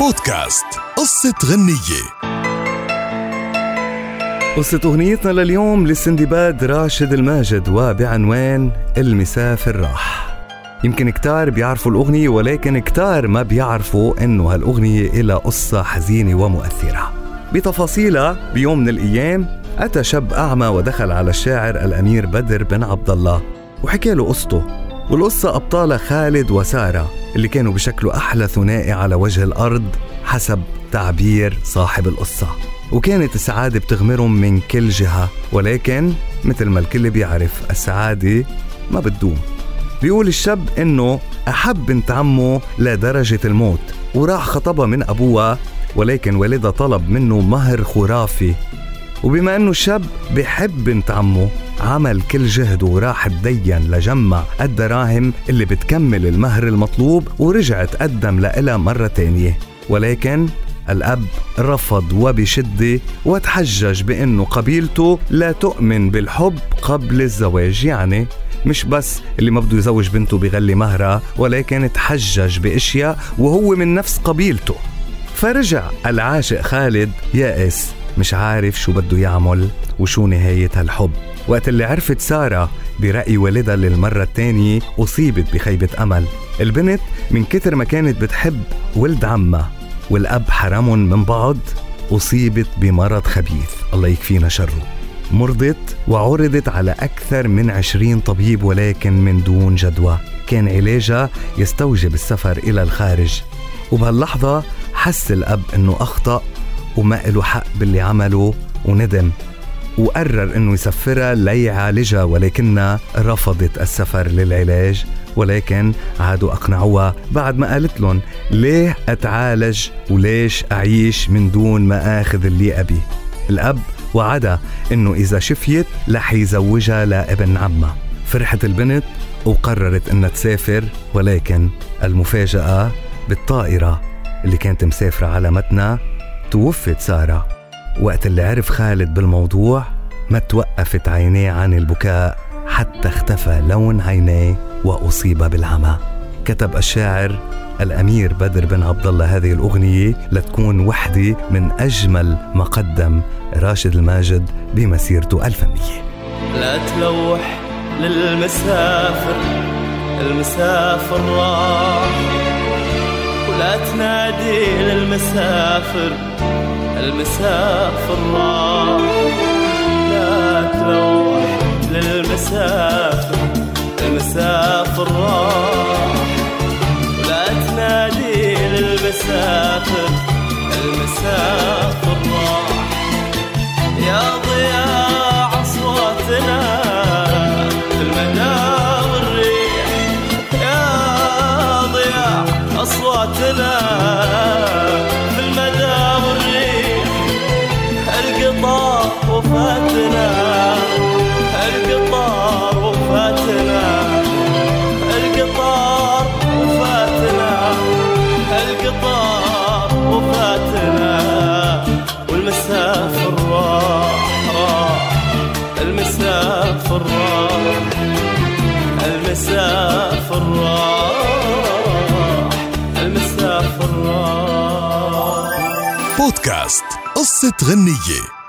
بودكاست قصة غنية. قصة أغنيتنا لليوم للسندباد راشد الماجد وبعنوان المسافر راح. يمكن كتار بيعرفوا الأغنية، ولكن كتار ما بيعرفوا إنه هالأغنية إلى قصة حزينة ومؤثرة. بتفاصيلها بيوم من الأيام أتى شاب أعمى ودخل على الشاعر الأمير بدر بن عبد الله وحكى له قصته، والقصة أبطالها خالد وسارة اللي كانوا بشكله أحلى ثنائي على وجه الأرض حسب تعبير صاحب القصة، وكانت السعادة بتغمرهم من كل جهة، ولكن مثل ما الكل بيعرف السعادة ما بتدوم. بيقول الشاب إنه أحب بنت عمه لدرجة الموت وراح خطبها من أبوها، ولكن والدها طلب منه مهر خرافي، وبما أنه الشاب بيحب بنت عمه عمل كل جهده وراح تدين لجمع الدراهم اللي بتكمل المهر المطلوب، ورجع تقدم لها مرة تانية، ولكن الأب رفض وبشدة وتحجج بأنه قبيلته لا تؤمن بالحب قبل الزواج. يعني مش بس اللي ما بده يزوج بنته بيغلي مهرها، ولكن تحجج بأشياء وهو من نفس قبيلته. فرجع العاشق خالد يائس، مش عارف شو بده يعمل وشو نهاية هالحب. وقت اللي عرفت سارة برأي والدها للمرة الثانية أصيبت بخيبة أمل. البنت من كتر ما كانت بتحب ولد عمها والأب حرمهم من بعض أصيبت بمرض خبيث الله يكفينا شره. مرضت وعرضت على أكثر من 20 طبيب، ولكن من دون جدوى. كان علاجها يستوجب السفر إلى الخارج، وبهاللحظة حس الأب أنه أخطأ وما له حق باللي عمله، وندم وقرر أنه يسفرها ليعالجها، ولكنها رفضت السفر للعلاج. ولكن عادوا أقنعوها بعد ما قالت لهم ليه أتعالج وليش أعيش من دون ما أخذ اللي أبي. الأب وعدها أنه إذا شفيت رح يزوجها لابن عمها. فرحت البنت وقررت أنها تسافر، ولكن المفاجأة بالطائرة اللي كانت مسافرة على متنها توفت سارة. وقت اللي عرف خالد بالموضوع ما توقفت عينيه عن البكاء حتى اختفى لون عينيه وأصيب بالعمى. كتب الشاعر الأمير بدر بن عبد الله هذه الأغنية لتكون وحدة من أجمل ما قدم راشد الماجد بمسيرته الفنية. لا تلوح للمسافر، المسافر راح، ولا تنادي للمسافر، المسافر راح. لا تلوح للمسافر، المسافر راح، ولا تنادي للمسافر، المسافر راح. يا ضياء أصواتنا في المدى والريح، يا ضياء أصواتنا في المدى والريح. القطار وفاتنا، القطار وفاتنا، القطار وفاتنا، القطار وفاتنا، والمسافر راح راح، المسافر راح، المسافر راح، المسافر راح. بودكاست قصة غنية.